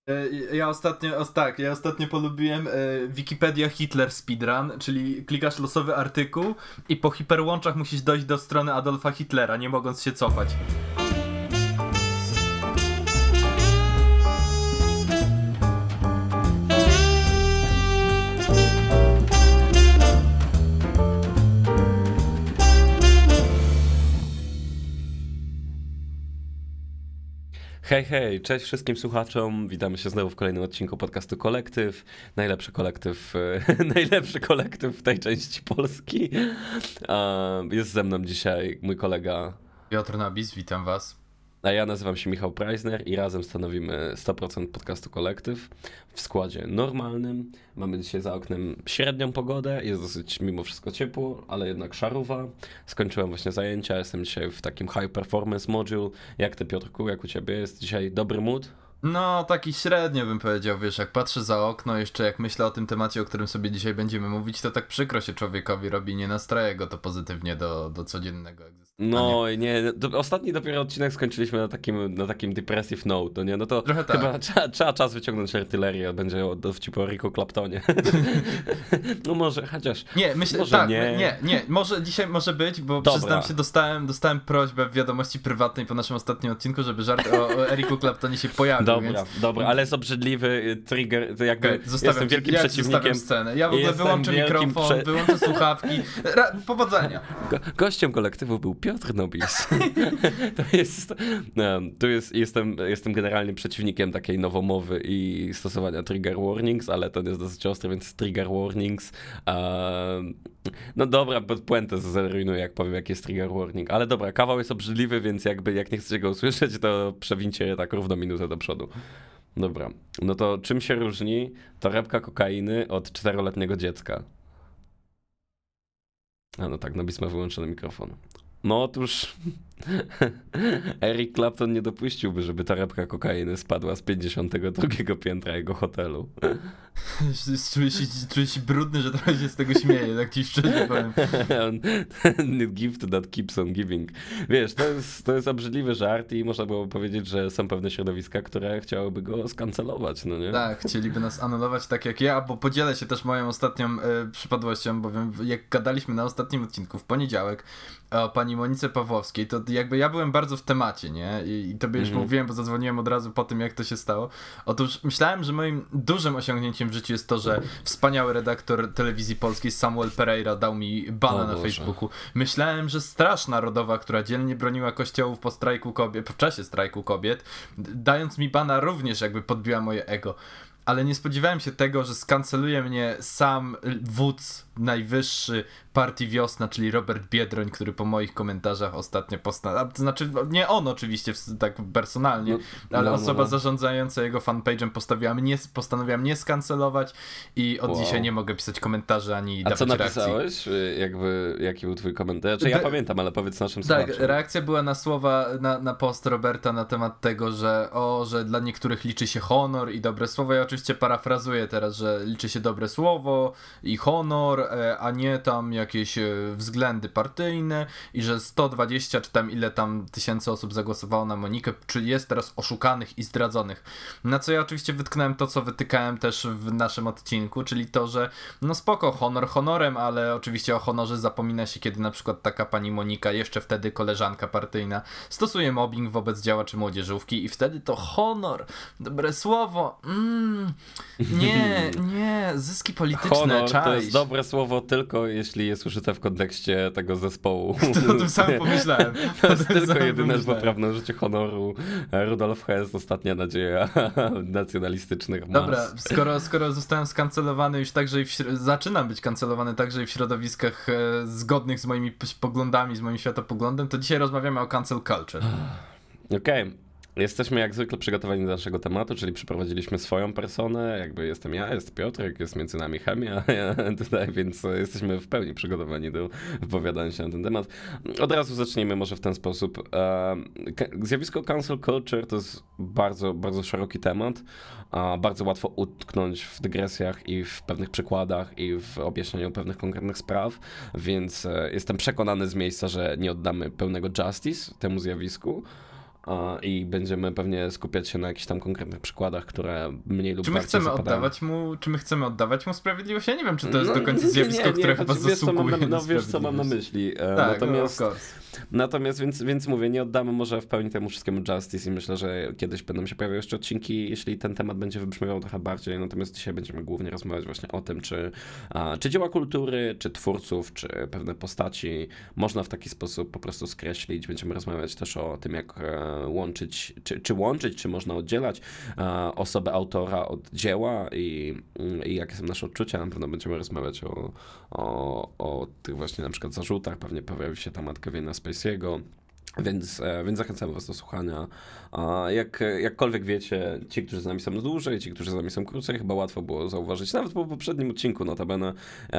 Ja ostatnio polubiłem Wikipedia Hitler Speedrun, czyli klikasz losowy artykuł i po hiperłączach musisz dojść do strony Adolfa Hitlera, nie mogąc się cofać. Hej, hej, cześć wszystkim słuchaczom, witamy się znowu w kolejnym odcinku podcastu Kolektyw, najlepszy kolektyw w tej części Polski. Jest ze mną dzisiaj mój kolega Piotr Nabis, witam was. A ja nazywam się Michał Preisner i razem stanowimy 100% podcastu Kolektyw w składzie normalnym. Mamy dzisiaj za oknem średnią pogodę, jest dosyć mimo wszystko ciepło, ale jednak szarowa. Skończyłem właśnie zajęcia, jestem dzisiaj w takim high performance module. Jak ty, Piotrku, jak u ciebie? Jest dzisiaj dobry mood? No, taki średnio bym powiedział, wiesz, jak patrzę za okno, jeszcze jak myślę o tym temacie, o którym sobie dzisiaj będziemy mówić, to tak przykro się człowiekowi robi, nie nastraja go to pozytywnie do codziennego egzystowania. No nie, ostatni dopiero odcinek skończyliśmy na takim depressive note, no nie, no to trochę chyba tak. trzeba czas wyciągnąć artylerię, będzie dowcip o Rico Claptonie. No może, chociaż Nie, myślę, może tak, nie, może dzisiaj może być, bo Dobra. przyznam się, dostałem prośbę w wiadomości prywatnej po naszym ostatnim odcinku, żeby żart o Eriku Claptonie się pojawił, Dobra, ale jest obrzydliwy trigger, to jakby jestem wielkim przeciwnikiem. Zostawiam scenę. Ja w ogóle wyłączę mikrofon, wyłączę słuchawki. Powodzenia. Gościem kolektywu był Piotr Nobis. Jestem generalnie przeciwnikiem takiej nowomowy i stosowania trigger warnings, ale ten jest dosyć ostry, więc trigger warnings. No dobra, puentę zrujnuję, jak powiem, jaki jest trigger warning. Ale dobra, kawał jest obrzydliwy, więc jakby jak nie chcecie go usłyszeć, to przewincie je tak równo minutę do przodu. Dobra, no to czym się różni torebka kokainy od 4-letniego dziecka? A no tak, Nobis ma wyłączony mikrofon. No otóż Eric Clapton nie dopuściłby, żeby torebka kokainy spadła z 52 piętra jego hotelu. Czuję się brudny, że trochę się z tego śmieję, tak ci szczerze powiem. Gift that keeps on giving. Wiesz, to jest obrzydliwy żart i można było powiedzieć, że są pewne środowiska, które chciałyby go skancelować, no nie? Tak, chcieliby nas anulować tak jak ja, bo podzielę się też moją ostatnią przypadłością, bowiem jak gadaliśmy na ostatnim odcinku w poniedziałek o pani Monice Pawłowskiej, to jakby ja byłem bardzo w temacie, nie? I tobie już mówiłem, bo zadzwoniłem od razu po tym, jak to się stało. Otóż myślałem, że moim dużym osiągnięciem w życiu jest to, że wspaniały redaktor telewizji polskiej Samuel Pereira dał mi bana na Facebooku. Myślałem, że Straż Narodowa, która dzielnie broniła kościołów w czasie strajku kobiet, dając mi bana również jakby podbiła moje ego. Ale nie spodziewałem się tego, że skanceluje mnie sam wódz najwyższy partii Wiosna, czyli Robert Biedroń, który po moich komentarzach ostatnio znaczy nie on oczywiście tak personalnie, ale osoba zarządzająca jego fanpage'em postanowiła mnie skancelować i od dzisiaj nie mogę pisać komentarzy ani dawać reakcji. A co napisałeś? Jaki był twój komentarz? Ja pamiętam, ale powiedz naszym słuchaczom. Tak, reakcja była na słowa, na post Roberta na temat tego, że dla niektórych liczy się honor i dobre słowo. Ja oczywiście parafrazuję teraz, że liczy się dobre słowo i honor, a nie tam jakieś względy partyjne i że 120 czy tam ile tam tysięcy osób zagłosowało na Monikę, czy jest teraz oszukanych i zdradzonych. Na co ja oczywiście wytknąłem to, co wytykałem też w naszym odcinku, czyli to, że no spoko, honor honorem, ale oczywiście o honorze zapomina się, kiedy na przykład taka pani Monika, jeszcze wtedy koleżanka partyjna, stosuje mobbing wobec działaczy młodzieżówki i wtedy to honor, dobre słowo, nie, zyski polityczne, honor czaisz. To jest dobre słowo tylko jeśli jest użyte w kontekście tego zespołu. O tym samym pomyślałem. To jest tylko jedyne poprawne użycie honoru. Rudolf Hess, ostatnia nadzieja nacjonalistycznych mas. Dobra, skoro zostałem skancelowany już także zaczynam być kancelowany także i w środowiskach zgodnych z moimi poglądami, z moim światopoglądem, to dzisiaj rozmawiamy o cancel culture. Okej. Jesteśmy jak zwykle przygotowani do naszego tematu, czyli przyprowadziliśmy swoją personę, jakby jestem ja, jest Piotrek, jest między nami chemia tutaj, więc jesteśmy w pełni przygotowani do wypowiadania się na ten temat. Od razu zacznijmy może w ten sposób. Zjawisko cancel culture to jest bardzo, bardzo szeroki temat, bardzo łatwo utknąć w dygresjach i w pewnych przykładach i w objaśnianiu pewnych konkretnych spraw, więc jestem przekonany z miejsca, że nie oddamy pełnego justice temu zjawisku. i będziemy pewnie skupiać się na jakichś tam konkretnych przykładach, które mniej lub Czy my bardziej chcemy oddawać mu sprawiedliwość? Ja nie wiem, czy to jest do końca zjawisko, które chyba zasługuje na wiesz, co mam na myśli. Tak, Natomiast więc mówię, nie oddamy może w pełni temu wszystkiemu justice i myślę, że kiedyś będą się pojawiały jeszcze odcinki, jeśli ten temat będzie wybrzmiewał trochę bardziej. Natomiast dzisiaj będziemy głównie rozmawiać właśnie o tym, czy dzieła kultury, czy twórców, czy pewne postaci można w taki sposób po prostu skreślić. Będziemy rozmawiać też o tym, jak łączyć, czy można oddzielać osobę autora od dzieła i jakie są nasze odczucia. Na pewno będziemy rozmawiać o tych właśnie na przykład zarzutach. Pewnie pojawi się temat Kevina Spacey'ego. Więc zachęcamy was do słuchania. Jakkolwiek wiecie, ci, którzy z nami są dłużej, ci, którzy z nami są krócej, chyba łatwo było zauważyć, nawet po poprzednim odcinku notabene,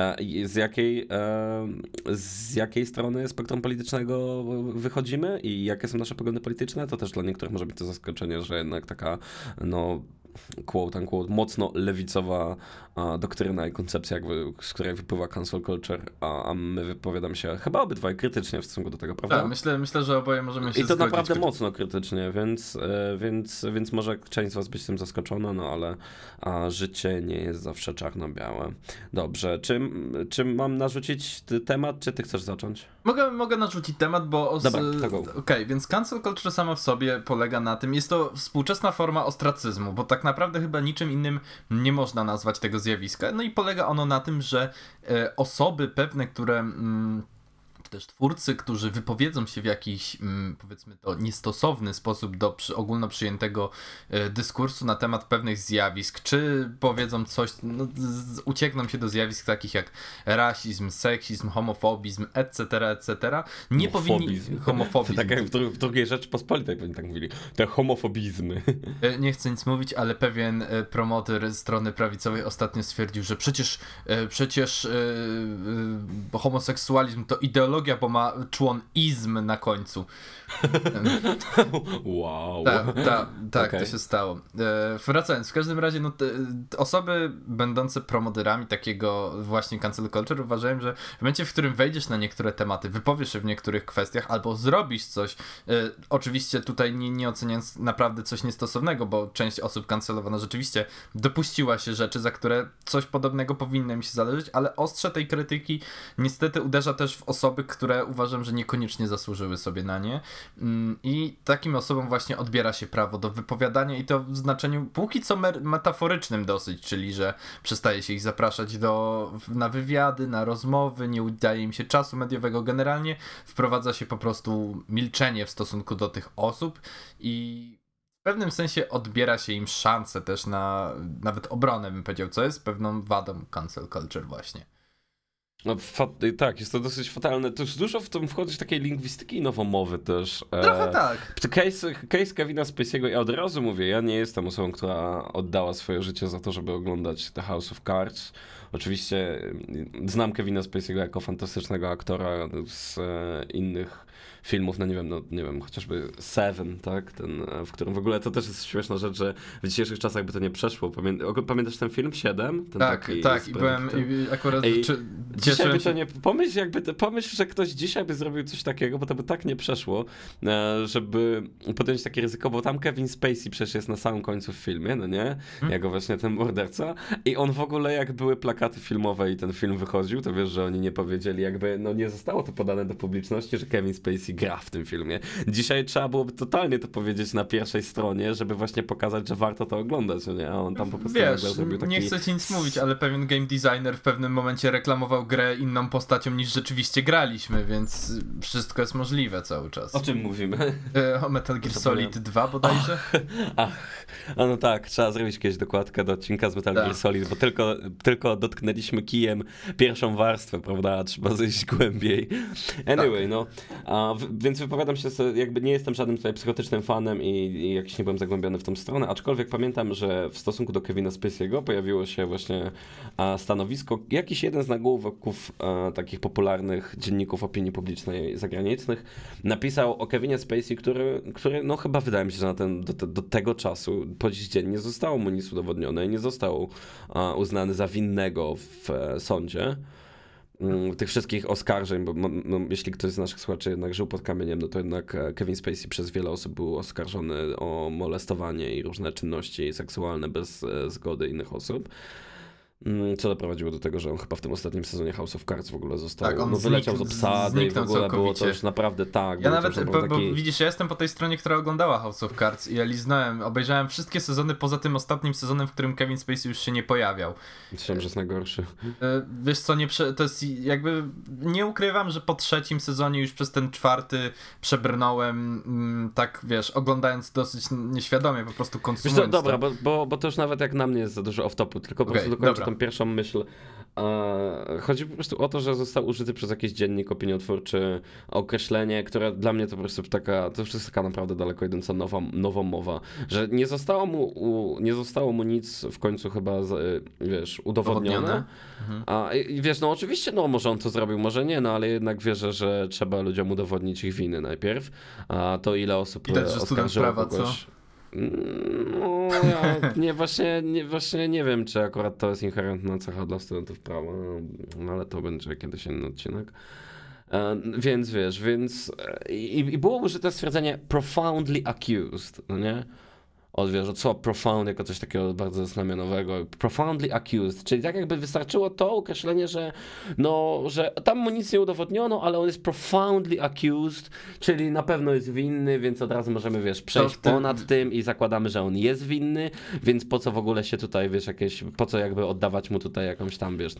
z jakiej strony spektrum politycznego wychodzimy i jakie są nasze poglądy polityczne. To też dla niektórych może być to zaskoczenie, że jednak taka, quote unquote, mocno lewicowa doktryna i koncepcja, z której wypływa cancel culture, a my wypowiadamy się chyba obydwaj krytycznie w stosunku do tego, prawda? Tak, myślę, że oboje możemy się I to zgodzić. naprawdę mocno krytycznie, więc może część z was być tym zaskoczona, ale życie nie jest zawsze czarno-białe. Dobrze, czy mam narzucić temat, czy ty chcesz zacząć? Mogę narzucić temat, bo... Dobra, to go. Okej, więc cancel culture sama w sobie polega na tym, jest to współczesna forma ostracyzmu, bo tak naprawdę chyba niczym innym nie można nazwać tego zjawiska. No i polega ono na tym, że osoby pewne, które... czy też twórcy, którzy wypowiedzą się w jakiś, powiedzmy to, niestosowny sposób do ogólno przyjętego dyskursu na temat pewnych zjawisk, czy powiedzą coś, uciekną się do zjawisk takich jak rasizm, seksizm, homofobizm, etc., nie powinni... Homofobizm. To tak jak w drugiej Rzeczypospolitej pewnie tak mówili. Te homofobizmy. Nie chcę nic mówić, ale pewien promotor strony prawicowej ostatnio stwierdził, że przecież homoseksualizm to ideologia, bo ma człon izm na końcu. Wow. Tak, okay. To się stało. Wracając, w każdym razie osoby będące promoterami takiego właśnie cancel culture uważają, że w momencie, w którym wejdziesz na niektóre tematy, wypowiesz się w niektórych kwestiach albo zrobisz coś, oczywiście tutaj nie oceniając naprawdę coś niestosownego, bo część osób cancelowana rzeczywiście dopuściła się rzeczy, za które coś podobnego powinno im się zależeć, ale ostrze tej krytyki niestety uderza też w osoby, które uważam, że niekoniecznie zasłużyły sobie na nie. I takim osobom właśnie odbiera się prawo do wypowiadania i to w znaczeniu póki co metaforycznym dosyć, czyli że przestaje się ich zapraszać na wywiady, na rozmowy, nie udaje im się czasu mediowego, generalnie wprowadza się po prostu milczenie w stosunku do tych osób i w pewnym sensie odbiera się im szansę też na nawet obronę, bym powiedział, co jest pewną wadą cancel culture właśnie. Tak, jest to dosyć fatalne. To już dużo w tym wchodzi takiej lingwistyki nowomowy też. Trochę tak. Case Kevina Spacey'ego, ja od razu mówię, ja nie jestem osobą, która oddała swoje życie za to, żeby oglądać The House of Cards. Oczywiście znam Kevina Spacey'ego jako fantastycznego aktora z innych filmów, nie wiem, chociażby Seven, tak? Ten, w którym w ogóle to też jest śmieszna rzecz, że w dzisiejszych czasach by to nie przeszło. Pamiętasz ten film 7? Ten tak, i byłem akurat... Dzisiaj by to nie... Pomyśl, że ktoś dzisiaj by zrobił coś takiego, bo to by tak nie przeszło, żeby podjąć takie ryzyko, bo tam Kevin Spacey przecież jest na samym końcu w filmie, no nie? Jako właśnie ten morderca. I on w ogóle, jak były plakaty filmowe i ten film wychodził, to wiesz, że oni nie powiedzieli, nie zostało to podane do publiczności, że Kevin Spacey gra w tym filmie. Dzisiaj trzeba byłoby totalnie to powiedzieć na pierwszej stronie, żeby właśnie pokazać, że warto to oglądać, nie? A on tam po prostu zrobił taki... Nie chcę ci nic mówić, ale pewien game designer w pewnym momencie reklamował grę inną postacią niż rzeczywiście graliśmy, więc wszystko jest możliwe cały czas. O czym mówimy? O Metal Gear Solid 2 bodajże? No tak, trzeba zrobić kiedyś dokładkę do odcinka z Metal Gear Solid, bo tylko dotknęliśmy kijem pierwszą warstwę, prawda? Trzeba zejść głębiej. Anyway, więc wypowiadam się, jakby nie jestem żadnym tutaj psychotycznym fanem i jakiś nie byłem zagłębiony w tą stronę, aczkolwiek pamiętam, że w stosunku do Kevina Spacey'ego pojawiło się właśnie stanowisko, jakiś jeden z nagłówków takich popularnych dzienników opinii publicznej zagranicznych napisał o Kevinie Spacey, który no chyba wydaje mi się, że do tego czasu po dziś dzień nie zostało mu nic udowodnione i nie został uznany za winnego w sądzie. tych wszystkich oskarżeń, bo jeśli ktoś z naszych słuchaczy jednak żył pod kamieniem, no to jednak Kevin Spacey przez wiele osób był oskarżony o molestowanie i różne czynności seksualne bez zgody innych osób. Co doprowadziło do tego, że on chyba w tym ostatnim sezonie House of Cards w ogóle został, Tak, on wyleciał z obsady i w ogóle było to już naprawdę Ja nawet, bo widzisz, ja jestem po tej stronie, która oglądała House of Cards i ja obejrzałem wszystkie sezony poza tym ostatnim sezonem, w którym Kevin Spacey już się nie pojawiał. Myślałem, że jest najgorszy. Wiesz co, to jest jakby, nie ukrywam, że po trzecim sezonie już przez ten czwarty przebrnąłem, tak wiesz, oglądając dosyć nieświadomie, po prostu konsumując. Wiesz co, dobra, bo to już nawet jak na mnie jest za dużo off-topu, tylko po prostu dokończę tą pierwszą myśl. Chodzi po prostu o to, że został użyty przez jakiś dziennik opiniotwórczy określenie, które dla mnie to po prostu to już jest taka naprawdę daleko idąca nowa mowa, że nie zostało mu nic w końcu chyba, wiesz, udowodnione. I wiesz, no oczywiście, no może on to zrobił, może nie, no ale jednak wierzę, że trzeba ludziom udowodnić ich winy najpierw, a to ile osób oskarżyło kogoś. Co? No, ja właśnie nie wiem, czy akurat to jest inherentna cecha dla studentów prawa, no ale to będzie kiedyś inny odcinek. Więc wiesz, i było użyte stwierdzenie profoundly accused, no nie? Wiesz, co profound jako coś takiego bardzo znamionowego, profoundly accused, czyli tak jakby wystarczyło to określenie, że tam mu nic nie udowodniono, ale on jest profoundly accused, czyli na pewno jest winny, więc od razu możemy, wiesz, przejść ponad tym i zakładamy, że on jest winny, więc po co w ogóle się tutaj, wiesz, po co jakby oddawać mu tutaj jakąś tam, wiesz,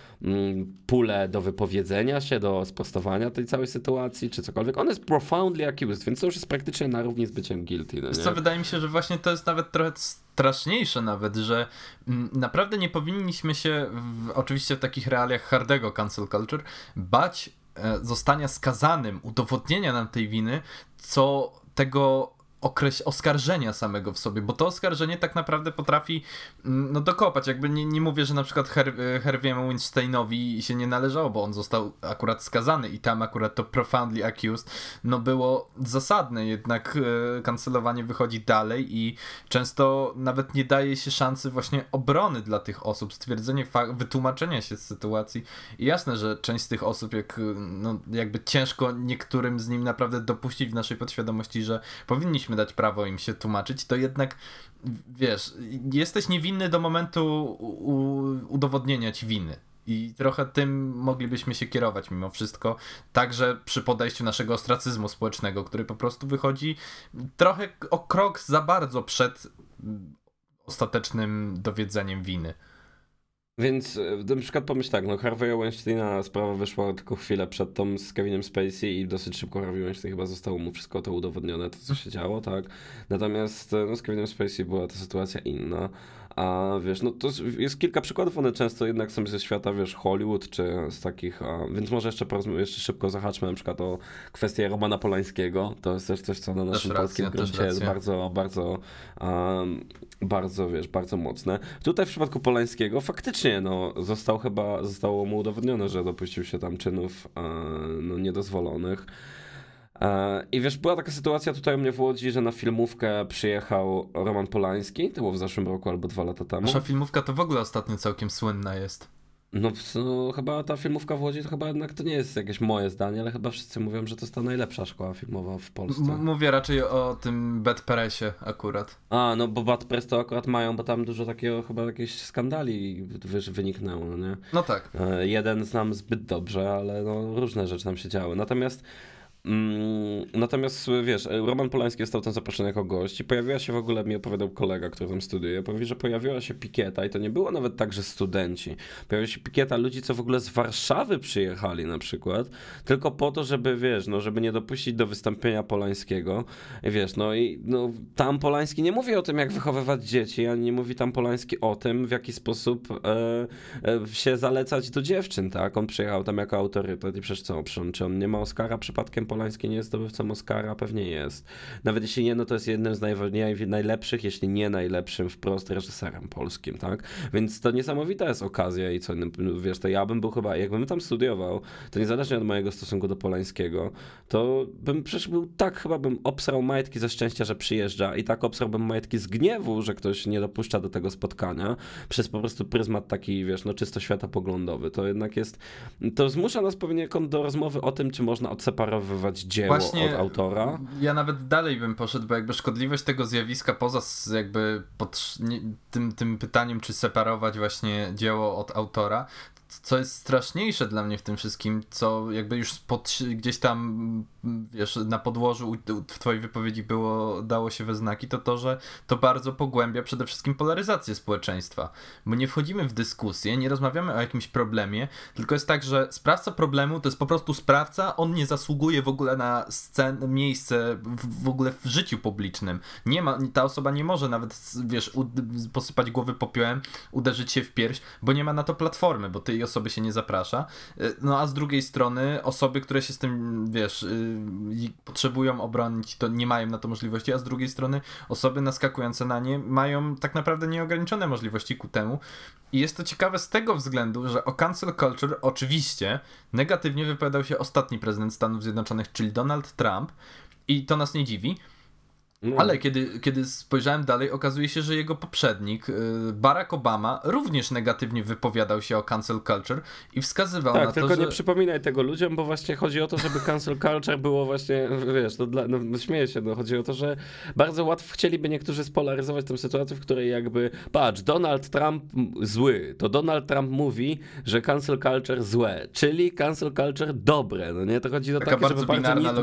pulę do wypowiedzenia się, do sprostowania tej całej sytuacji, czy cokolwiek. On jest profoundly accused, więc to już jest praktycznie na równi z byciem guilty. No nie? Co wydaje mi się, że właśnie to jest nawet trochę straszniejsze nawet, że naprawdę nie powinniśmy się, oczywiście w takich realiach hardego cancel culture, bać zostania skazanym, udowodnienia nam tej winy, co tego oskarżenia samego w sobie, bo to oskarżenie tak naprawdę potrafi dokopać. Jakby nie mówię, że na przykład Harvey'emu Weinsteinowi się nie należało, bo on został akurat skazany i tam akurat to profoundly accused było zasadne, jednak kancelowanie wychodzi dalej i często nawet nie daje się szansy właśnie obrony dla tych osób, stwierdzenie wytłumaczenia się z sytuacji i jasne, że część z tych osób jakby ciężko niektórym z nim naprawdę dopuścić w naszej podświadomości, że powinniśmy dać prawo im się tłumaczyć, to jednak, wiesz, jesteś niewinny do momentu udowodnienia ci winy. I trochę tym moglibyśmy się kierować mimo wszystko, także przy podejściu naszego ostracyzmu społecznego, który po prostu wychodzi trochę o krok za bardzo przed ostatecznym dowiedzeniem winy. Więc na przykład pomyśl tak, Harvey'a Weinsteina sprawa wyszła tylko chwilę przed tą z Kevinem Spacey i dosyć szybko Harvey Weinstein chyba zostało mu wszystko to udowodnione, to co się działo, tak? Natomiast z Kevinem Spacey była ta sytuacja inna. A wiesz, to jest kilka przykładów, one często jednak są ze świata, wiesz, Hollywood, czy z takich, więc może jeszcze szybko zahaczmy na przykład o kwestię Romana Polańskiego, to jest też coś, co na naszym polskim gruncie jest bardzo, wiesz, bardzo mocne. Tutaj w przypadku Polańskiego faktycznie, zostało mu udowodnione, że dopuścił się tam czynów, niedozwolonych. I wiesz, była taka sytuacja tutaj u mnie w Łodzi, że na filmówkę przyjechał Roman Polański, to było w zeszłym roku albo 2 lata temu. Nasza filmówka to w ogóle ostatnio całkiem słynna jest. Chyba ta filmówka w Łodzi to chyba jednak to nie jest jakieś moje zdanie, ale chyba wszyscy mówią, że to jest ta najlepsza szkoła filmowa w Polsce. Mówię raczej o tym Bad Pressie akurat. Bo Bad Press to akurat mają, bo tam dużo takiego chyba jakichś skandali wyniknęło, nie? No tak. Jeden znam zbyt dobrze, ale różne rzeczy tam się działy. Natomiast wiesz, Roman Polański został tam zaproszony jako gość i pojawiła się w ogóle, mi opowiadał kolega, który tam studiuje, mówi, że pojawiła się pikieta i to nie było nawet tak, że studenci. Pojawiła się pikieta ludzi, co w ogóle z Warszawy przyjechali na przykład, tylko po to, żeby wiesz, żeby nie dopuścić do wystąpienia Polańskiego. I wiesz, tam Polański nie mówi o tym, jak wychowywać dzieci, ani nie mówi tam Polański o tym, w jaki sposób się zalecać do dziewczyn, tak? On przyjechał tam jako autorytet i przecież co, czy on nie ma Oscara przypadkiem Polański? Polański nie jest zdobywcą Oscara? Pewnie jest. Nawet jeśli nie, no to jest jednym z najlepszych, jeśli nie najlepszym wprost reżyserem polskim, tak? Więc to niesamowita jest okazja i co, wiesz, to ja bym był chyba, jakbym tam studiował, to niezależnie od mojego stosunku do Polańskiego, to bym przecież był tak, chyba bym obsrał majtki ze szczęścia, że przyjeżdża i tak obsrałbym majtki z gniewu, że ktoś nie dopuszcza do tego spotkania przez po prostu pryzmat taki, wiesz, no czysto światopoglądowy. To jednak jest, to zmusza nas poniekąd do rozmowy o tym, czy można odseparowywać dzieło od autora. Ja nawet dalej bym poszedł, bo jakby szkodliwość tego zjawiska poza jakby tym pytaniem, czy separować właśnie dzieło od autora, co jest straszniejsze dla mnie w tym wszystkim, co jakby już gdzieś tam, wiesz, na podłożu w twojej wypowiedzi dało się we znaki, to, że to bardzo pogłębia przede wszystkim polaryzację społeczeństwa. Bo nie wchodzimy w dyskusję, nie rozmawiamy o jakimś problemie, tylko jest tak, że sprawca problemu to jest po prostu sprawca, on nie zasługuje w ogóle na miejsce w ogóle w życiu publicznym. Ta osoba nie może nawet, wiesz, posypać głowy popiołem, uderzyć się w pierś, bo nie ma na to platformy, bo tej osoby się nie zaprasza. No a z drugiej strony osoby, które się z tym, wiesz, potrzebują obronić, to nie mają na to możliwości, a z drugiej strony osoby naskakujące na nie mają tak naprawdę nieograniczone możliwości ku temu. I jest to ciekawe z tego względu, że o cancel culture oczywiście negatywnie wypowiadał się ostatni prezydent Stanów Zjednoczonych, czyli Donald Trump, i to nas nie dziwi. Ale kiedy spojrzałem dalej, okazuje się, że jego poprzednik, Barack Obama, również negatywnie wypowiadał się o cancel culture i wskazywał na to, tylko nie przypominaj tego ludziom, bo właśnie chodzi o to, żeby cancel culture było właśnie, wiesz, śmieję się, chodzi o to, że bardzo łatwo chcieliby niektórzy spolaryzować tę sytuację, w której jakby, patrz, Donald Trump zły, to Donald Trump mówi, że cancel culture złe, czyli cancel culture dobre, no nie? To chodzi o takie, żeby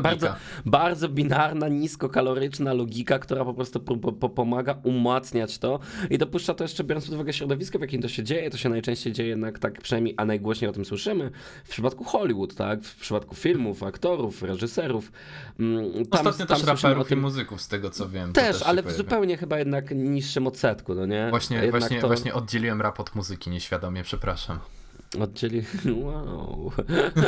bardzo binarna, niskokaloryczna logika, która po prostu pomaga umacniać to i dopuszcza to jeszcze, biorąc pod uwagę środowisko, w jakim to się dzieje, to się najczęściej dzieje jednak tak przynajmniej, a najgłośniej o tym słyszymy, w przypadku Hollywood, tak, w przypadku filmów, aktorów, reżyserów. Ostatnio też raperów i muzyków, z tego co wiem. Też, ale w zupełnie chyba jednak niższym odsetku, no nie? Właśnie oddzieliłem rap od muzyki nieświadomie, przepraszam. Wow.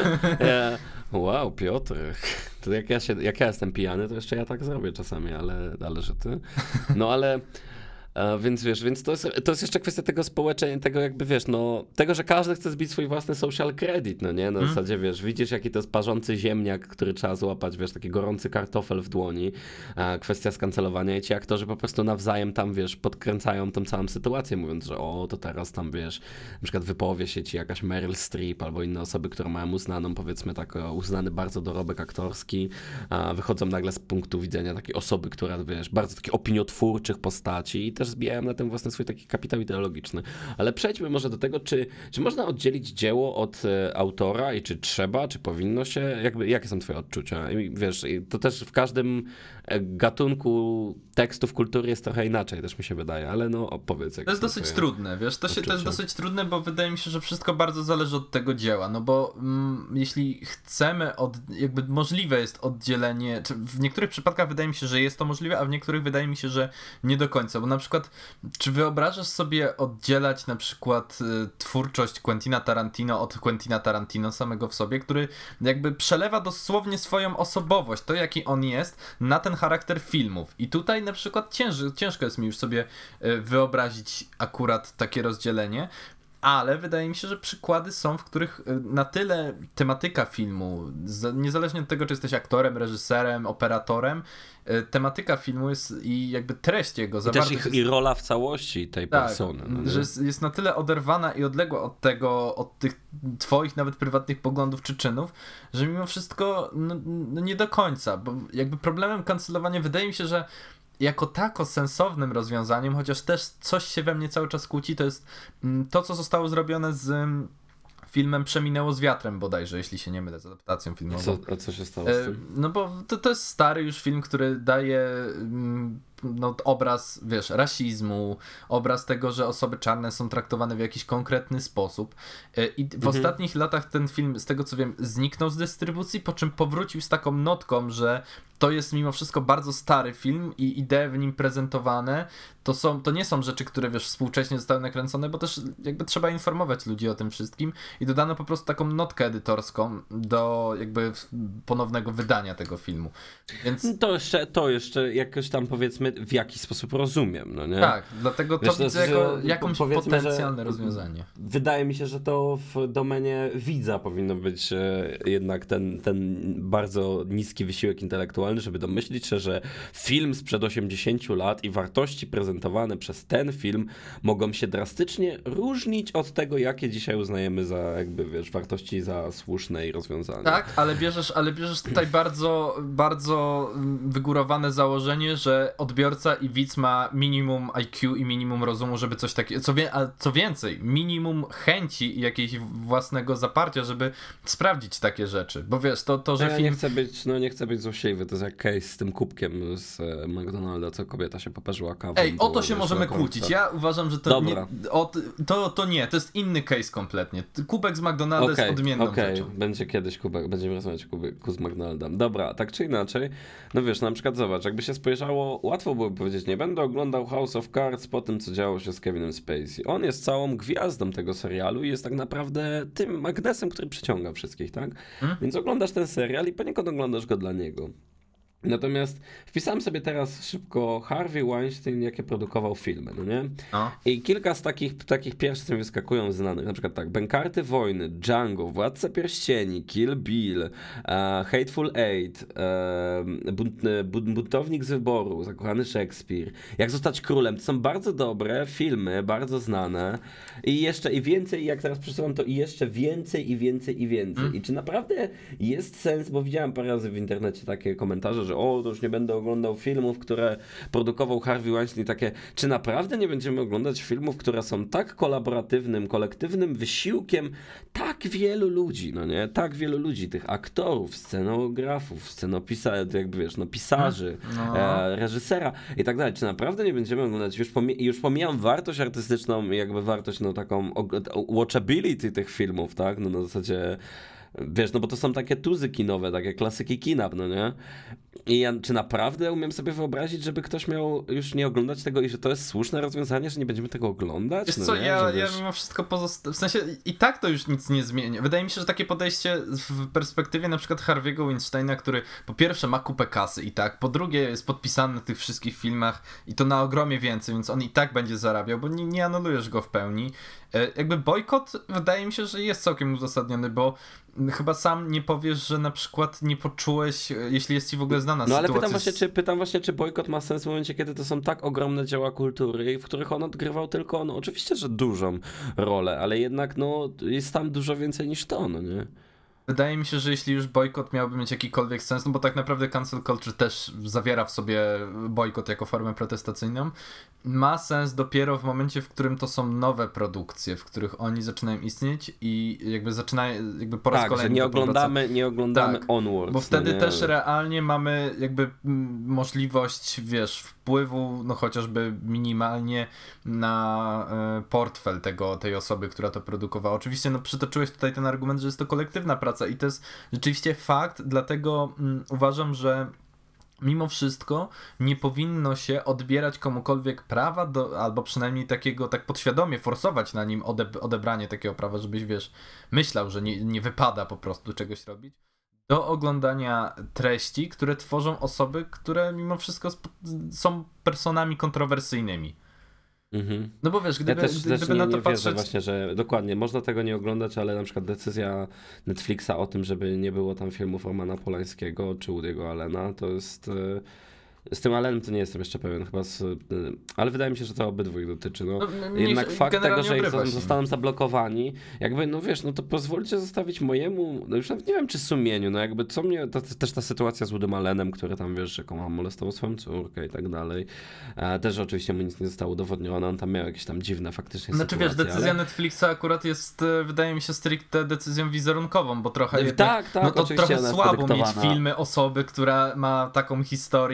Wow, Piotrek. To jak ja jestem pijany, to jeszcze ja tak zrobię czasami, ale że ty. No ale więc wiesz, to jest jeszcze kwestia tego społeczeństwa, tego jakby wiesz, no, tego, że każdy chce zbić swój własny social credit, no nie? Na zasadzie wiesz, widzisz jaki to jest parzący ziemniak, który trzeba złapać, wiesz, taki gorący kartofel w dłoni, kwestia skancelowania i ci aktorzy po prostu nawzajem tam, wiesz, podkręcają tą całą sytuację, mówiąc, że to teraz tam, wiesz, na przykład wypowie się ci jakaś Meryl Streep albo inne osoby, które mają uznaną, powiedzmy tak, uznany bardzo dorobek aktorski, wychodzą nagle z punktu widzenia takiej osoby, która, wiesz, bardzo takich opiniotwórczych postaci i też zbijałem na tym własny swój taki kapitał ideologiczny. Ale przejdźmy może do tego, czy można oddzielić dzieło od autora i czy trzeba, czy powinno się, jakie są twoje odczucia? I wiesz, to też w każdym gatunku tekstów kultury jest trochę inaczej, też mi się wydaje, ale no opowiedz. To jest dosyć trudne, wiesz, to jest dosyć trudne, bo wydaje mi się, że wszystko bardzo zależy od tego dzieła, no bo jeśli chcemy, jakby możliwe jest oddzielenie, czy w niektórych przypadkach wydaje mi się, że jest to możliwe, a w niektórych wydaje mi się, że nie do końca, bo na przykład, czy wyobrażasz sobie oddzielać na przykład twórczość Quentina Tarantino od Quentina Tarantino samego w sobie, który jakby przelewa dosłownie swoją osobowość, to jaki on jest, na ten charakter filmów. I tutaj na przykład ciężko jest mi już sobie wyobrazić akurat takie rozdzielenie, ale wydaje mi się, że przykłady są, w których na tyle tematyka filmu, niezależnie od tego, czy jesteś aktorem, reżyserem, operatorem, tematyka filmu jest i jakby treść jego zawartość. I rola w całości tej persony. No że jest na tyle oderwana i odległa od tego, od tych twoich nawet prywatnych poglądów czy czynów, że mimo wszystko no nie do końca, bo jakby problemem kancelowania wydaje mi się, że jako tako sensownym rozwiązaniem, chociaż też coś się we mnie cały czas kłóci, to jest to, co zostało zrobione z filmem Przeminęło z wiatrem bodajże, jeśli się nie mylę, z adaptacją filmową. A co się stało z tym? No bo to jest stary już film, który daje no, obraz, wiesz, rasizmu, obraz tego, że osoby czarne są traktowane w jakiś konkretny sposób. I w ostatnich latach ten film, z tego co wiem, zniknął z dystrybucji, po czym powrócił z taką notką, że to jest mimo wszystko bardzo stary film i idee w nim prezentowane to nie są rzeczy, które wiesz, współcześnie zostały nakręcone, bo też jakby trzeba informować ludzi o tym wszystkim i dodano po prostu taką notkę edytorską do jakby ponownego wydania tego filmu. Więc... To jeszcze jakoś tam powiedzmy w jakiś sposób rozumiem, no nie? Tak, dlatego to widzę jako jakąś potencjalne rozwiązanie. Wydaje mi się, że to w domenie widza powinno być jednak ten bardzo niski wysiłek intelektualny, żeby domyślić się, że film sprzed 80 lat i wartości prezentowane przez ten film mogą się drastycznie różnić od tego, jakie dzisiaj uznajemy za jakby, wiesz, wartości za słuszne i rozwiązane. Tak, ale bierzesz tutaj bardzo, bardzo wygórowane założenie, że odbiorca i widz ma minimum IQ i minimum rozumu, żeby coś takiego, co więcej, minimum chęci i jakiegoś własnego zaparcia, żeby sprawdzić takie rzeczy, bo wiesz, to że film... Nie chcę być złośliwy, to jest jak case z tym kubkiem z McDonalda, co kobieta się poparzyła kawą. Ej, o to się możemy kłócić. Ja uważam, że to nie, to jest inny case kompletnie. Kubek z McDonalda jest odmienną rzeczą. Będzie kiedyś kubek, będziemy rozmawiać o kubeku z McDonalda. Dobra, tak czy inaczej, no wiesz, na przykład zobacz, jakby się spojrzało, łatwo byłoby powiedzieć, nie będę oglądał House of Cards po tym, co działo się z Kevinem Spacey. On jest całą gwiazdą tego serialu i jest tak naprawdę tym magnesem, który przyciąga wszystkich, tak? Więc oglądasz ten serial i poniekąd oglądasz go dla niego. Natomiast wpisałem sobie teraz szybko Harvey Weinstein, jakie produkował filmy, no nie? I kilka z takich pierwszych, co mi wyskakują znanych, na przykład tak, Bękarty Wojny, Django, Władca Pierścieni, Kill Bill, Hateful Eight, Buntownik z Wyboru, Zakochany Szekspir, Jak zostać królem, to są bardzo dobre filmy, bardzo znane i jeszcze i więcej, jak teraz przesuwam to i jeszcze więcej. I czy naprawdę jest sens, bo widziałem parę razy w internecie takie komentarze, że to już nie będę oglądał filmów, które produkował Harvey Weinstein, takie, czy naprawdę nie będziemy oglądać filmów, które są tak kolaboratywnym, kolektywnym wysiłkiem tak wielu ludzi, no nie? Tak wielu ludzi, tych aktorów, scenografów, jakby wiesz, no pisarzy, reżysera i tak dalej. Czy naprawdę nie będziemy oglądać, już pomijam wartość artystyczną i jakby wartość, no taką watchability tych filmów, tak? No na zasadzie wiesz, no bo to są takie tuzy kinowe, takie klasyki kina, no nie? I czy naprawdę umiem sobie wyobrazić, żeby ktoś miał już nie oglądać tego i że to jest słuszne rozwiązanie, że nie będziemy tego oglądać? Wiesz co, ja mimo wszystko w sensie i tak to już nic nie zmienia. Wydaje mi się, że takie podejście w perspektywie na przykład Harvey'ego Weinsteina, który po pierwsze ma kupę kasy i tak, po drugie jest podpisany na tych wszystkich filmach i to na ogromie więcej, więc on i tak będzie zarabiał, bo nie anulujesz go w pełni. Jakby bojkot wydaje mi się, że jest całkiem uzasadniony, bo chyba sam nie powiesz, że na przykład nie poczułeś, jeśli jest ci w ogóle znana sytuacja. No ale pytam właśnie, czy bojkot ma sens w momencie, kiedy to są tak ogromne dzieła kultury, w których on odgrywał tylko, no oczywiście, że dużą rolę, ale jednak no jest tam dużo więcej niż to, no nie? Wydaje mi się, że jeśli już bojkot miałby mieć jakikolwiek sens, no bo tak naprawdę cancel culture też zawiera w sobie bojkot jako formę protestacyjną, ma sens dopiero w momencie, w którym to są nowe produkcje, w których oni zaczynają istnieć i jakby po raz kolejny nie oglądamy Onward. Bo wtedy też realnie mamy jakby możliwość, wiesz, wpływu, no chociażby minimalnie na portfel tej osoby, która to produkowała. Oczywiście, no przytoczyłeś tutaj ten argument, że jest to kolektywna praca i to jest rzeczywiście fakt, dlatego uważam, że mimo wszystko nie powinno się odbierać komukolwiek prawa albo przynajmniej takiego, tak podświadomie forsować na nim odebranie takiego prawa, żebyś, wiesz, myślał, że nie wypada po prostu czegoś robić, do oglądania treści, które tworzą osoby, które mimo wszystko są personami kontrowersyjnymi. No bo wiesz, gdyby na to patrzeć... Wierzę właśnie, że dokładnie, można tego nie oglądać, ale na przykład decyzja Netflixa o tym, żeby nie było tam filmów Romana Polańskiego czy Woody'ego Allena, to jest... Z tym Allenem to nie jestem jeszcze pewien, chyba ale wydaje mi się, że to obydwu ich dotyczy. No, jednak fakt tego, że ich zostaną zablokowani, jakby, no wiesz, no to pozwólcie zostawić mojemu, no już nawet nie wiem, czy sumieniu, no jakby co mnie, też ta sytuacja z Woodym Allenem, który tam, wiesz, rzekomo molestował swoją córkę i tak dalej. Też oczywiście mu nic nie zostało udowodnione, on tam miał jakieś tam dziwne faktycznie sytuacje. Wiesz, decyzja Netflixa akurat jest, wydaje mi się, stricte decyzją wizerunkową, bo trochę jednak, no to trochę słabo mieć filmy osoby, która ma taką historię,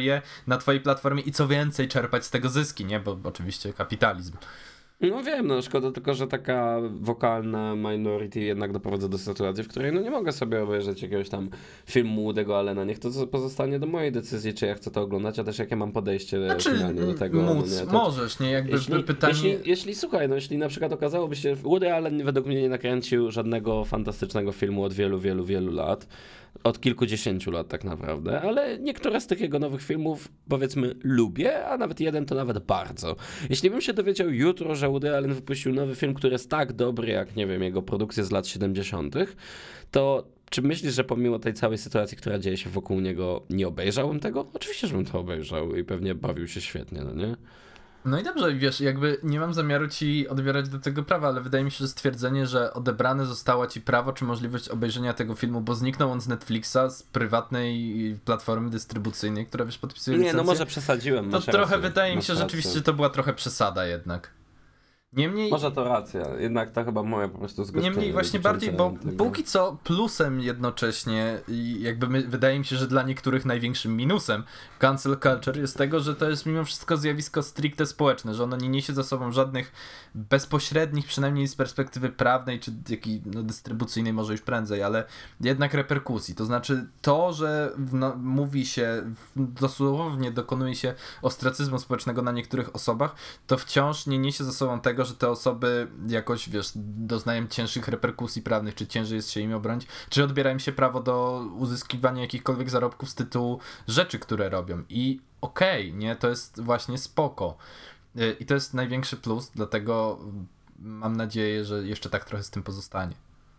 na twojej platformie i co więcej czerpać z tego zyski, nie? Bo oczywiście kapitalizm. No wiem, no szkoda tylko, że taka wokalna minority jednak doprowadza do sytuacji, w której no nie mogę sobie obejrzeć jakiegoś tam filmu Woody'ego Allena. Niech to pozostanie do mojej decyzji, czy ja chcę to oglądać, a też jakie mam podejście finalnie do tego. Móc, no nie? możesz, nie? Jakby pytanie... Słuchaj, no jeśli na przykład okazałoby się, Woody Allen według mnie nie nakręcił żadnego fantastycznego filmu od wielu, wielu, wielu lat, od kilkudziesięciu lat tak naprawdę, ale niektóre z tych jego nowych filmów powiedzmy lubię, a nawet jeden to nawet bardzo. Jeśli bym się dowiedział jutro, że Woody Allen wypuścił nowy film, który jest tak dobry jak, nie wiem, jego produkcje z lat 70., to czy myślisz, że pomimo tej całej sytuacji, która dzieje się wokół niego, nie obejrzałbym tego? Oczywiście, żebym to obejrzał i pewnie bawił się świetnie, no nie? No i dobrze, wiesz, jakby nie mam zamiaru ci odbierać do tego prawa, ale wydaje mi się, że stwierdzenie, że odebrane zostało ci prawo czy możliwość obejrzenia tego filmu, bo zniknął on z Netflixa, z prywatnej platformy dystrybucyjnej, która wiesz, podpisuje licencję. Nie, no może przesadziłem. To trochę wydaje mi się, że rzeczywiście to była trochę przesada jednak. Niemniej... Może to racja, jednak to chyba moje po prostu zgodzenie. Niemniej właśnie bardziej, bo póki co plusem jednocześnie i jakby wydaje mi się, że dla niektórych największym minusem cancel culture jest tego, że to jest mimo wszystko zjawisko stricte społeczne, że ono nie niesie za sobą żadnych bezpośrednich, przynajmniej z perspektywy prawnej czy dystrybucyjnej może już prędzej, ale jednak reperkusji. To znaczy to, że mówi się, dosłownie dokonuje się ostracyzmu społecznego na niektórych osobach, to wciąż nie niesie za sobą tego, że te osoby jakoś, wiesz, doznają cięższych reperkusji prawnych, czy ciężej jest się im obronić, czy odbiera im się prawo do uzyskiwania jakichkolwiek zarobków z tytułu rzeczy, które robią. I okej, nie, to jest właśnie spoko. I to jest największy plus, dlatego mam nadzieję, że jeszcze tak trochę z tym pozostanie.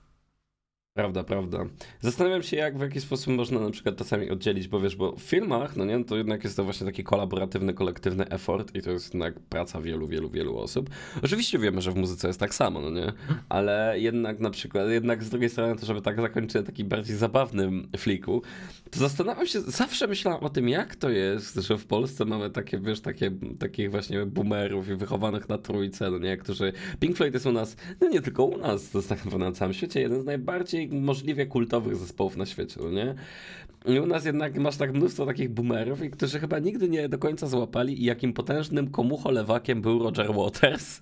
Prawda. Zastanawiam się, w jaki sposób można na przykład czasami oddzielić, bo wiesz, bo w filmach, no nie, to jednak jest to właśnie taki kolaboratywny, kolektywny effort i to jest jednak praca wielu osób. Oczywiście wiemy, że w muzyce jest tak samo, no nie, ale jednak na przykład, z drugiej strony to, żeby tak zakończyć taki bardziej zabawnym fliku, to zastanawiam się, zawsze myślałem o tym, jak to jest, że w Polsce mamy takie, wiesz, takich właśnie boomerów i wychowanych na trójce, no nie, którzy, Pink Floyd jest u nas, no nie tylko u nas, to jest tak naprawdę na całym świecie, jeden z najbardziej możliwie kultowych zespołów na świecie, no nie? I u nas jednak masz tak mnóstwo takich boomerów, którzy chyba nigdy nie do końca złapali, jakim potężnym komucholewakiem był Roger Waters.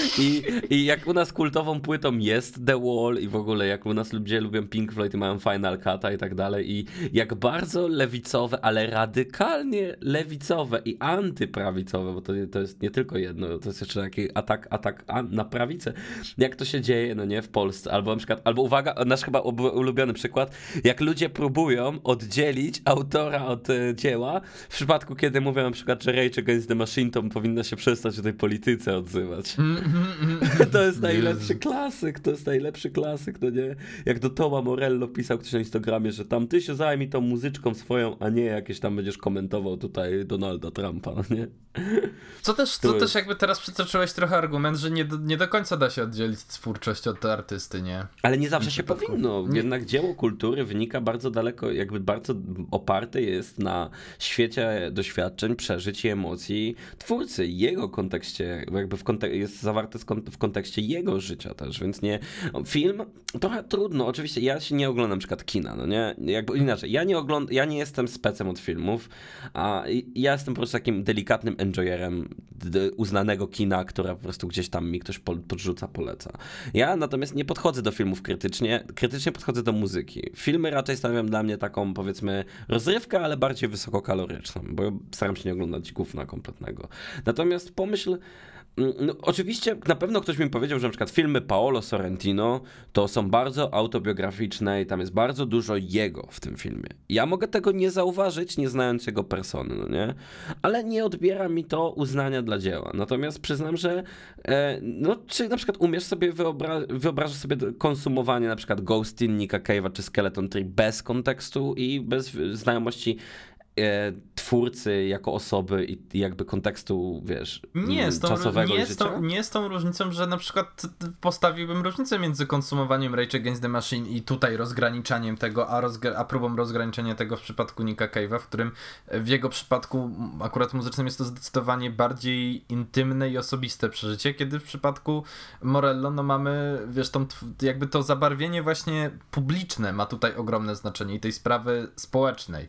I jak u nas kultową płytą jest The Wall i w ogóle jak u nas ludzie lubią Pink Floyd i mają Final Cut'a i tak dalej i jak bardzo lewicowe, ale radykalnie lewicowe i antyprawicowe, bo to jest nie tylko jedno, to jest jeszcze taki atak na prawicę. Jak to się dzieje, no nie, w Polsce, albo uwaga, nasz chyba ulubiony przykład, jak ludzie próbują oddzielić autora od dzieła, w przypadku kiedy mówią na przykład, że Rage Against the Machine to powinna się przestać o tej polityce odzywać. To jest najlepszy klasyk, no nie? Jak do Toma Morello pisał ktoś na Instagramie, że tam ty się zajmij tą muzyczką swoją, a nie jakieś tam będziesz komentował tutaj Donalda Trumpa, no nie? Co też jakby teraz przytoczyłeś trochę argument, że nie do końca da się oddzielić twórczość od artysty, nie? Ale nie zawsze się powinno. Jednak dzieło kultury wynika bardzo daleko, jakby bardzo oparte jest na świecie doświadczeń, przeżyć i emocji twórcy, jego kontekście, jakby jest zawarte w kontekście jego życia też, więc nie, film trochę trudno, oczywiście ja się nie oglądam na przykład kina, no nie, jakby inaczej, ja nie jestem specem od filmów, a ja jestem po prostu takim delikatnym enjoyerem uznanego kina, która po prostu gdzieś tam mi ktoś podrzuca, poleca. Ja natomiast nie podchodzę do filmów krytycznie podchodzę do muzyki. Filmy raczej stanowią dla mnie taką, powiedzmy, rozrywkę, ale bardziej wysokokaloryczną, bo staram się nie oglądać gówna kompletnego. Natomiast pomyśl, no, oczywiście na pewno ktoś mi powiedział, że na przykład filmy Paolo Sorrentino to są bardzo autobiograficzne i tam jest bardzo dużo jego w tym filmie. Ja mogę tego nie zauważyć, nie znając jego persony, no nie? Ale nie odbiera mi to uznania dla dzieła. Natomiast przyznam, że czy na przykład umiesz sobie wyobrażasz sobie konsumowanie na przykład Ghostin, Nicka Cave'a czy Skeleton Tree bez kontekstu i bez znajomości twórcy jako osoby i jakby kontekstu, wiesz, czasowego życia? Nie z tą różnicą, że na przykład postawiłbym różnicę między konsumowaniem Rage Against the Machine i tutaj rozgraniczaniem tego, a próbą rozgraniczenia tego w przypadku Nicka Cave'a, w którym w jego przypadku akurat muzycznym jest to zdecydowanie bardziej intymne i osobiste przeżycie, kiedy w przypadku Morello mamy, wiesz, jakby to zabarwienie właśnie publiczne ma tutaj ogromne znaczenie i tej sprawy społecznej.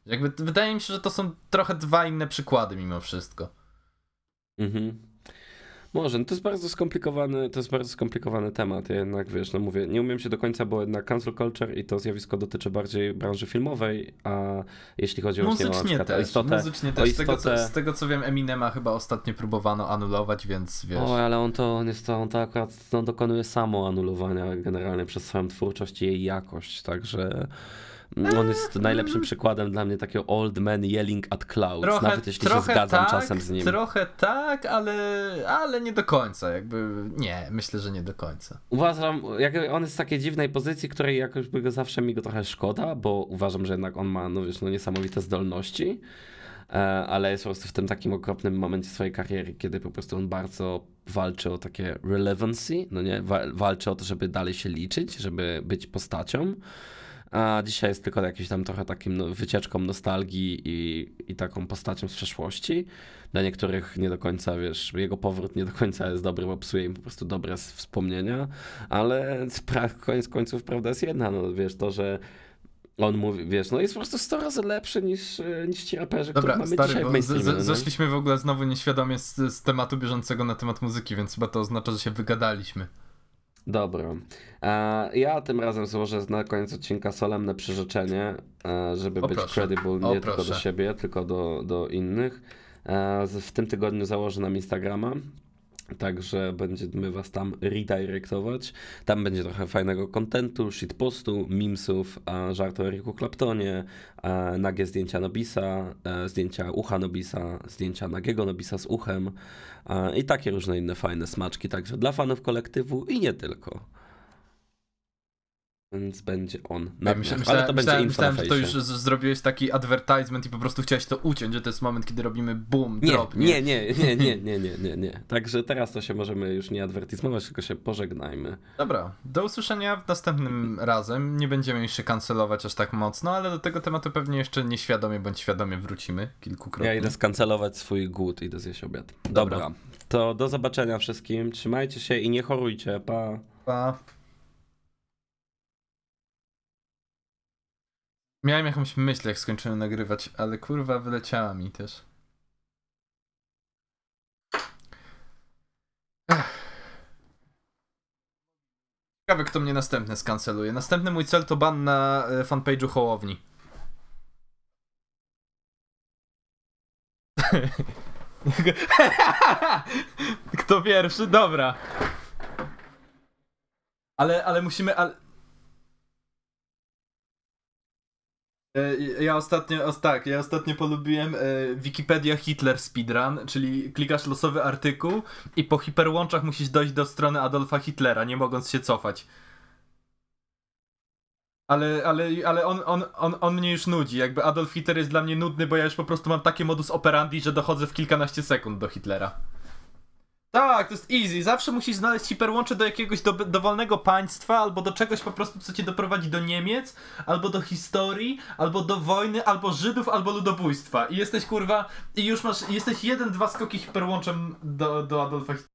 Jakby wydaje mi się, że to są trochę dwa inne przykłady mimo wszystko. Mhm. Może, no to jest bardzo skomplikowany temat. Ja jednak, wiesz, no mówię, nie umiem się do końca, bo jednak cancel culture i to zjawisko dotyczy bardziej branży filmowej, a jeśli chodzi właśnie o na przykład o istotę... Muzycznie też. Z tego co wiem, Eminema chyba ostatnio próbowano anulować, więc wiesz... O, ale on to akurat dokonuje samo anulowania generalnie przez swoją twórczość i jej jakość, także... On jest najlepszym przykładem dla mnie takiego old man yelling at clouds, nawet jeśli się zgadzam tak, czasem z nim. Trochę tak, ale nie do końca, jakby nie, myślę, że nie do końca. Uważam, on jest w takiej dziwnej pozycji, której jakoś by go zawsze mi go trochę szkoda, bo uważam, że jednak on ma, no wiesz, no niesamowite zdolności, ale jest po prostu w tym takim okropnym momencie swojej kariery, kiedy po prostu on bardzo walczy o takie relevancy, no nie, walczy o to, żeby dalej się liczyć, żeby być postacią. A dzisiaj jest tylko jakimś tam trochę takim wycieczką nostalgii i taką postacią z przeszłości. Dla niektórych nie do końca, wiesz, jego powrót nie do końca jest dobry, bo psuje im po prostu dobre wspomnienia, ale koniec końców prawda jest jedna, no wiesz, to, że on mówi, wiesz, no jest po prostu 100 razy lepszy niż ci raperzy, których mamy dzisiaj w mainstreamie. Zeszliśmy w ogóle znowu nieświadomie z tematu bieżącego na temat muzyki, więc chyba to oznacza, że się wygadaliśmy. Dobra. Ja tym razem złożę na koniec odcinka solemne przyrzeczenie, żeby być credible nie tylko do siebie, tylko do innych. W tym tygodniu założę nam Instagrama, także będziemy was tam redirectować. Tam będzie trochę fajnego kontentu, shitpostu, memesów, żartu o Eriku Claptonie, nagie zdjęcia Nobisa, zdjęcia ucha Nobisa, zdjęcia nagiego Nobisa z uchem i takie różne inne fajne smaczki, także dla fanów kolektywu i nie tylko. Więc będzie on. Ale to będzie info na że to już zrobiłeś taki advertisement i po prostu chciałeś to uciąć, że to jest moment, kiedy robimy boom, drop. Nie. Także teraz to się możemy już nie adwertyzmować, tylko się pożegnajmy. Dobra, do usłyszenia w następnym razem. Nie będziemy jeszcze kancelować aż tak mocno, ale do tego tematu pewnie jeszcze nieświadomie bądź świadomie wrócimy kilkukrotnie. Ja idę skancelować swój głód, idę zjeść obiad. Dobra. To do zobaczenia wszystkim. Trzymajcie się i nie chorujcie. Pa. Pa. Miałem jakąś myśl, jak skończyłem nagrywać, ale kurwa wyleciała mi też. Ciekawe, kto mnie następny skanceluje. Następny mój cel to ban na fanpage'u Hołowni. Kto pierwszy? Dobra. Ale musimy... Ja ostatnio polubiłem Wikipedia Hitler Speedrun, czyli klikasz losowy artykuł i po hiperłączach musisz dojść do strony Adolfa Hitlera, nie mogąc się cofać. Ale on mnie już nudzi, jakby Adolf Hitler jest dla mnie nudny, bo ja już po prostu mam takie modus operandi, że dochodzę w kilkanaście sekund do Hitlera. Tak, to jest easy. Zawsze musisz znaleźć hiperłącze do jakiegoś dowolnego państwa, albo do czegoś po prostu, co cię doprowadzi do Niemiec, albo do historii, albo do wojny, albo Żydów, albo ludobójstwa. I jesteś kurwa, i już jesteś 1-2 skoki hiperłączem do Adolfa Hitlera.